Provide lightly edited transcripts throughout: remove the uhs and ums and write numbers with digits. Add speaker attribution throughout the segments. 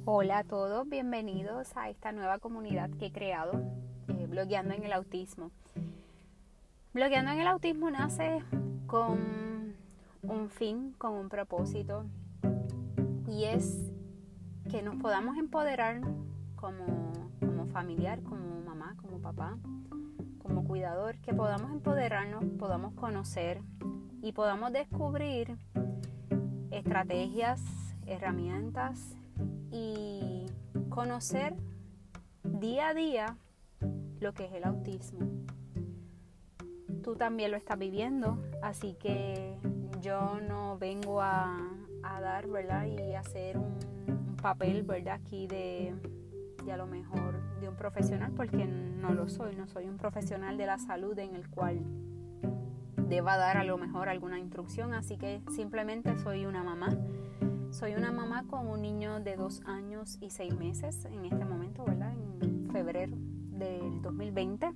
Speaker 1: Hola a todos, bienvenidos a esta nueva comunidad que he creado, Blogueando en el Autismo. Blogueando en el Autismo nace con un fin, con un propósito, y es que nos podamos empoderar como familiar, como mamá, como papá, como cuidador, que podamos empoderarnos, podamos conocer y podamos descubrir estrategias, herramientas y conocer día a día lo que es el autismo. Tú también lo estás viviendo, así que yo no vengo a dar, ¿verdad? Y hacer un papel, ¿verdad? Aquí de a lo mejor de un profesional, porque no lo soy, no soy un profesional de la salud en el cual deba dar a lo mejor alguna instrucción, así que simplemente soy una mamá. Soy una mamá con un niño de 2 años y 6 meses en este momento, ¿verdad? En febrero del 2020.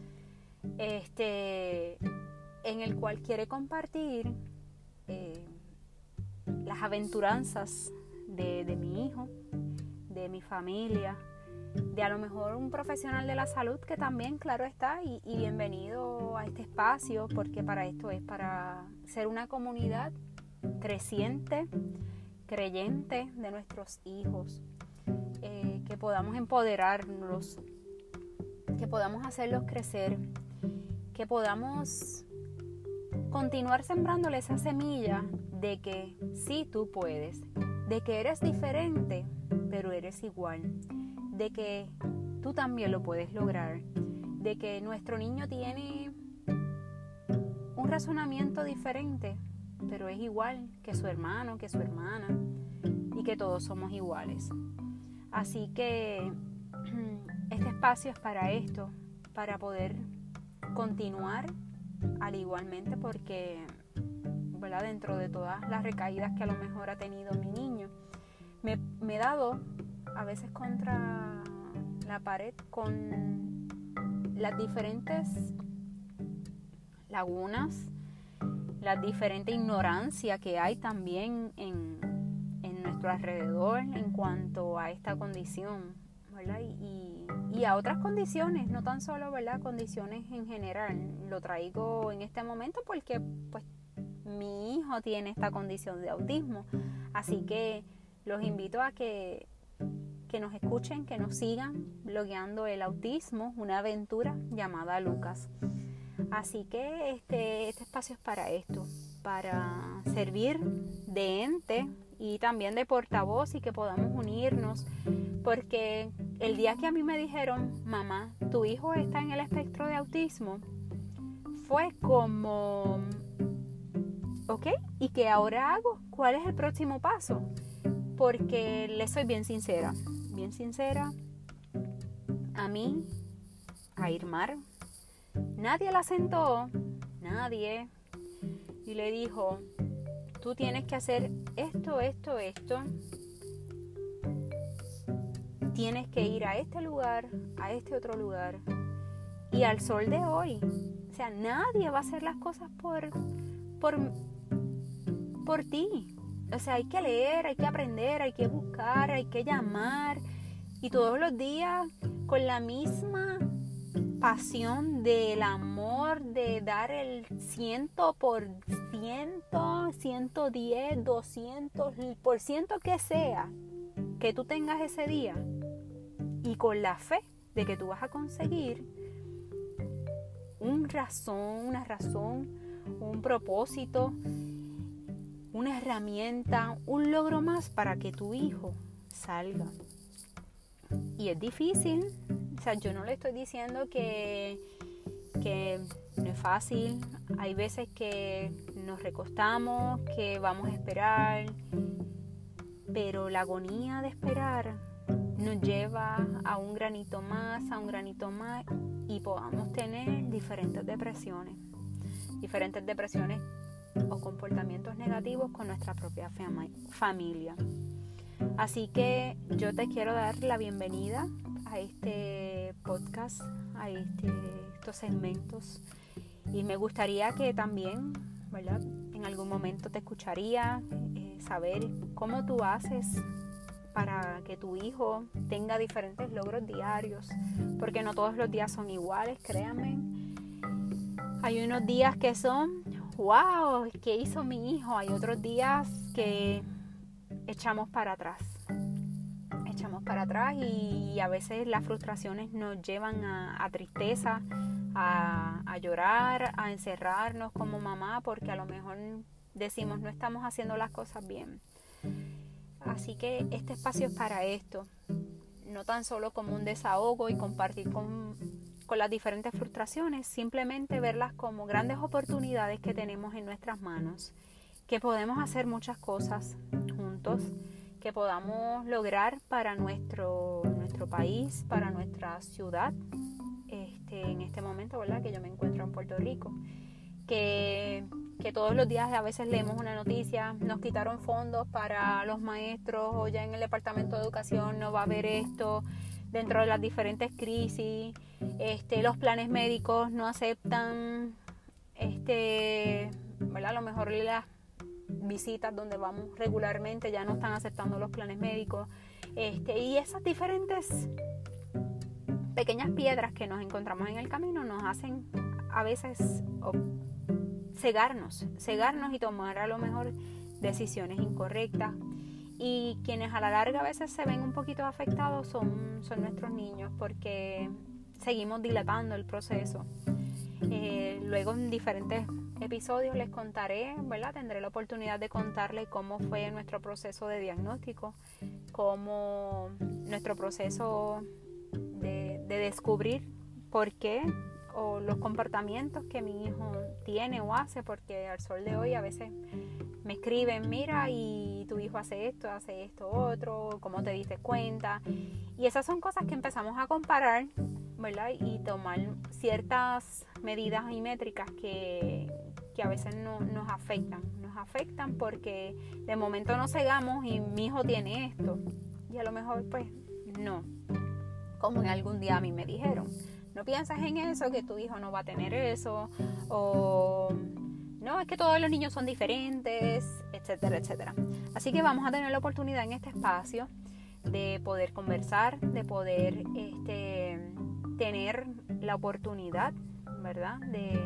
Speaker 1: En el cual quiere compartir las aventuranzas de mi hijo, de mi familia, de a lo mejor un profesional de la salud que también, claro está, y bienvenido a este espacio, porque para esto es para ser una comunidad creciente, creyente de nuestros hijos, que podamos empoderarlos, que podamos hacerlos crecer, que podamos continuar sembrándole esa semilla de que sí tú puedes, de que eres diferente, pero eres igual, de que tú también lo puedes lograr, de que nuestro niño tiene un razonamiento diferente, pero es igual que su hermano, que su hermana, y que todos somos iguales. Así que este espacio es para esto, para poder continuar al igualmente, porque, ¿verdad? Dentro de todas las recaídas que a lo mejor ha tenido mi niño, me he dado a veces contra la pared con las diferentes lagunas, la diferente ignorancia que hay también en nuestro alrededor en cuanto a esta condición, ¿verdad? Y a otras condiciones, no tan solo, ¿verdad? Condiciones en general. Lo traigo en este momento porque pues mi hijo tiene esta condición de autismo, así que los invito a que nos escuchen, que nos sigan blogueando el autismo, una aventura llamada Lucas. Así que este espacio es para esto, para servir de ente y también de portavoz, y que podamos unirnos, porque el día que a mí me dijeron, mamá, tu hijo está en el espectro de autismo, fue como, ok, ¿y qué ahora hago? ¿Cuál es el próximo paso? Porque le soy bien sincera, a mí, a Irmar, nadie la sentó, nadie, y le dijo, tú tienes que hacer esto, tienes que ir a este lugar, a este otro lugar. Y al sol de hoy, o sea, nadie va a hacer las cosas por ti. O sea, hay que leer, hay que aprender, hay que buscar, hay que llamar, y todos los días con la misma pasión del amor, de dar el 100%, 110, 200% que sea que tú tengas ese día, y con la fe de que tú vas a conseguir una razón, un propósito, una herramienta, un logro más para que tu hijo salga. Y es difícil, o sea, yo no le estoy diciendo que no es fácil. Hay veces que nos recostamos, que vamos a esperar, pero la agonía de esperar nos lleva a un granito más, y podamos tener diferentes depresiones o comportamientos negativos con nuestra propia familia. Así que yo te quiero dar la bienvenida a este podcast, a estos segmentos, y me gustaría que también, ¿verdad? En algún momento te escucharía saber cómo tú haces para que tu hijo tenga diferentes logros diarios, porque no todos los días son iguales, créanme. Hay unos días que son, wow, ¿qué hizo mi hijo? Hay otros días que echamos para atrás y a veces las frustraciones nos llevan a tristeza, a llorar, a encerrarnos como mamá, porque a lo mejor decimos no estamos haciendo las cosas bien. Así que este espacio es para esto, no tan solo como un desahogo y compartir con las diferentes frustraciones, simplemente verlas como grandes oportunidades que tenemos en nuestras manos, que podemos hacer muchas cosas juntos, que podamos lograr para nuestro país, para nuestra ciudad, en este momento, ¿verdad? Que yo me encuentro en Puerto Rico, que todos los días a veces leemos una noticia, nos quitaron fondos para los maestros, o ya en el departamento de educación no va a haber esto, dentro de las diferentes crisis, los planes médicos no aceptan, ¿verdad? A lo mejor las visitas donde vamos regularmente ya no están aceptando los planes médicos, y esas diferentes pequeñas piedras que nos encontramos en el camino nos hacen a veces cegarnos y tomar a lo mejor decisiones incorrectas, y quienes a la larga a veces se ven un poquito afectados son nuestros niños, porque seguimos dilatando el proceso. Luego en diferentes episodios les contaré, ¿verdad? Tendré la oportunidad de contarles cómo fue nuestro proceso de diagnóstico, cómo nuestro proceso de descubrir por qué o los comportamientos que mi hijo tiene o hace, porque al sol de hoy a veces me escriben, mira, y tu hijo hace esto, otro, ¿cómo te diste cuenta? Y esas son cosas que empezamos a comparar, ¿verdad? Y tomar ciertas medidas y métricas que a veces nos afectan porque de momento nos cegamos y mi hijo tiene esto, y a lo mejor pues no, como en algún día a mí me dijeron, no pienses en eso, que tu hijo no va a tener eso, o no, es que todos los niños son diferentes, etcétera, etcétera. Así que vamos a tener la oportunidad en este espacio de poder conversar, de poder tener la oportunidad, ¿verdad?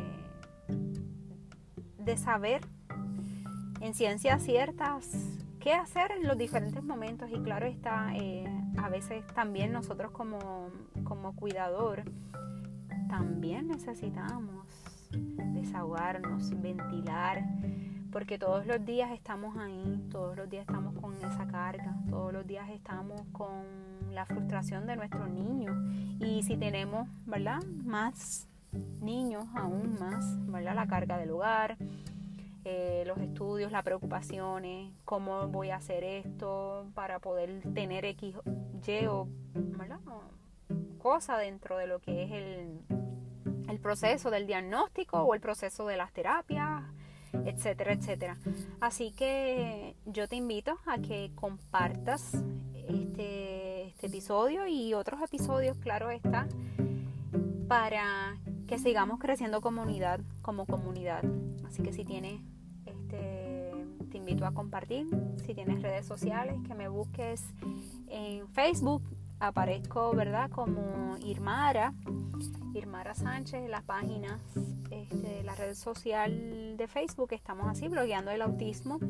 Speaker 1: De saber en ciencias ciertas qué hacer en los diferentes momentos. Y claro está, a veces también nosotros como cuidador también necesitamos desahogarnos, ventilar, porque todos los días estamos ahí, todos los días estamos con esa carga, todos los días estamos con la frustración de nuestros niños, y si tenemos, ¿verdad?, más niños, aún más, ¿verdad?, la carga del hogar, los estudios, las preocupaciones, cómo voy a hacer esto para poder tener X, Y o, ¿verdad?, cosa dentro de lo que es el proceso del diagnóstico o el proceso de las terapias, etcétera, etcétera. Así que yo te invito a que compartas este episodio y otros episodios, claro está, para que sigamos creciendo como comunidad. Así que si tienes, te invito a compartir. Si tienes redes sociales, que me busques en Facebook. Aparezco, ¿verdad?, como Irmara Sánchez, en las páginas, la red social de Facebook. Estamos así, blogueando en el autismo.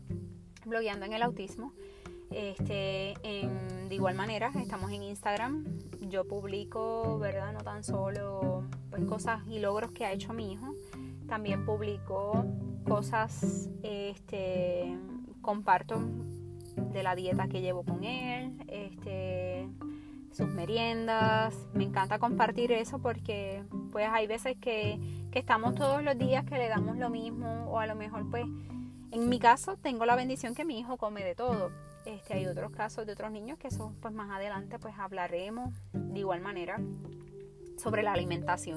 Speaker 1: De igual manera, estamos en Instagram. Yo publico, ¿verdad?, no tan solo pues cosas y logros que ha hecho mi hijo. También publico cosas, comparto de la dieta que llevo con él, sus meriendas. Me encanta compartir eso porque pues hay veces que estamos todos los días que le damos lo mismo, o a lo mejor pues en mi caso tengo la bendición que mi hijo come de todo. Hay otros casos de otros niños que eso pues más adelante pues hablaremos de igual manera sobre la alimentación.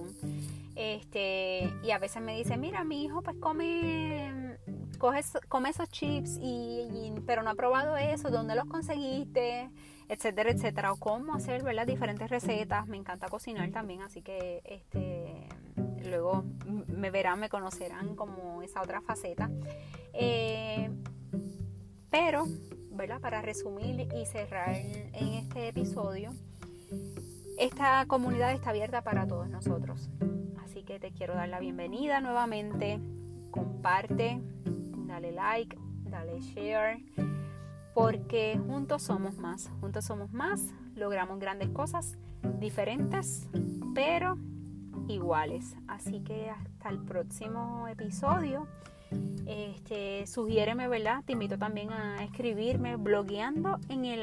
Speaker 1: Y a veces me dice, mira, mi hijo pues come esos chips pero no ha probado eso, ¿dónde los conseguiste? Etcétera, etcétera, o cómo hacer, ¿verdad?, diferentes recetas. Me encanta cocinar también, así que luego me conocerán como esa otra faceta. Pero ¿verdad? Para resumir y cerrar en este episodio, esta comunidad está abierta para todos nosotros. Así que te quiero dar la bienvenida nuevamente. Comparte, dale like, dale share, porque juntos somos más, logramos grandes cosas, diferentes, pero iguales. Así que hasta el próximo episodio. Sugiéreme, ¿verdad? Te invito también a escribirme blogueando en el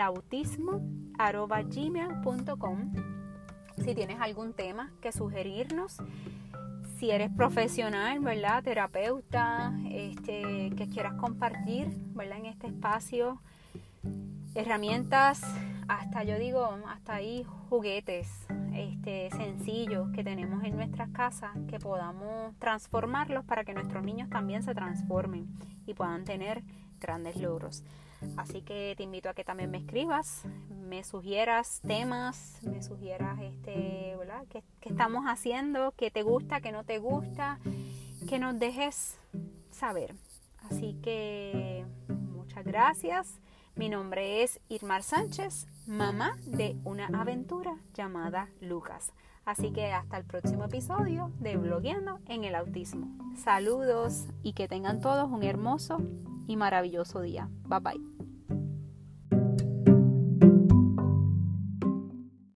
Speaker 1: autismo@gmail.com si tienes algún tema que sugerirnos. Si eres profesional, ¿verdad? Terapeuta, que quieras compartir, ¿verdad? En este espacio herramientas, hasta ahí juguetes sencillos que tenemos en nuestras casas, que podamos transformarlos para que nuestros niños también se transformen y puedan tener grandes logros. Así que te invito a que también me escribas, me sugieras temas, me sugieras ¿verdad? ¿Qué estamos haciendo? ¿Qué te gusta? ¿Qué no te gusta? Que nos dejes saber. Así que muchas gracias. Mi nombre es Irmar Sánchez, mamá de una aventura llamada Lucas. Así que hasta el próximo episodio de Blogueando en el Autismo. Saludos y que tengan todos un hermoso y maravilloso día. Bye bye.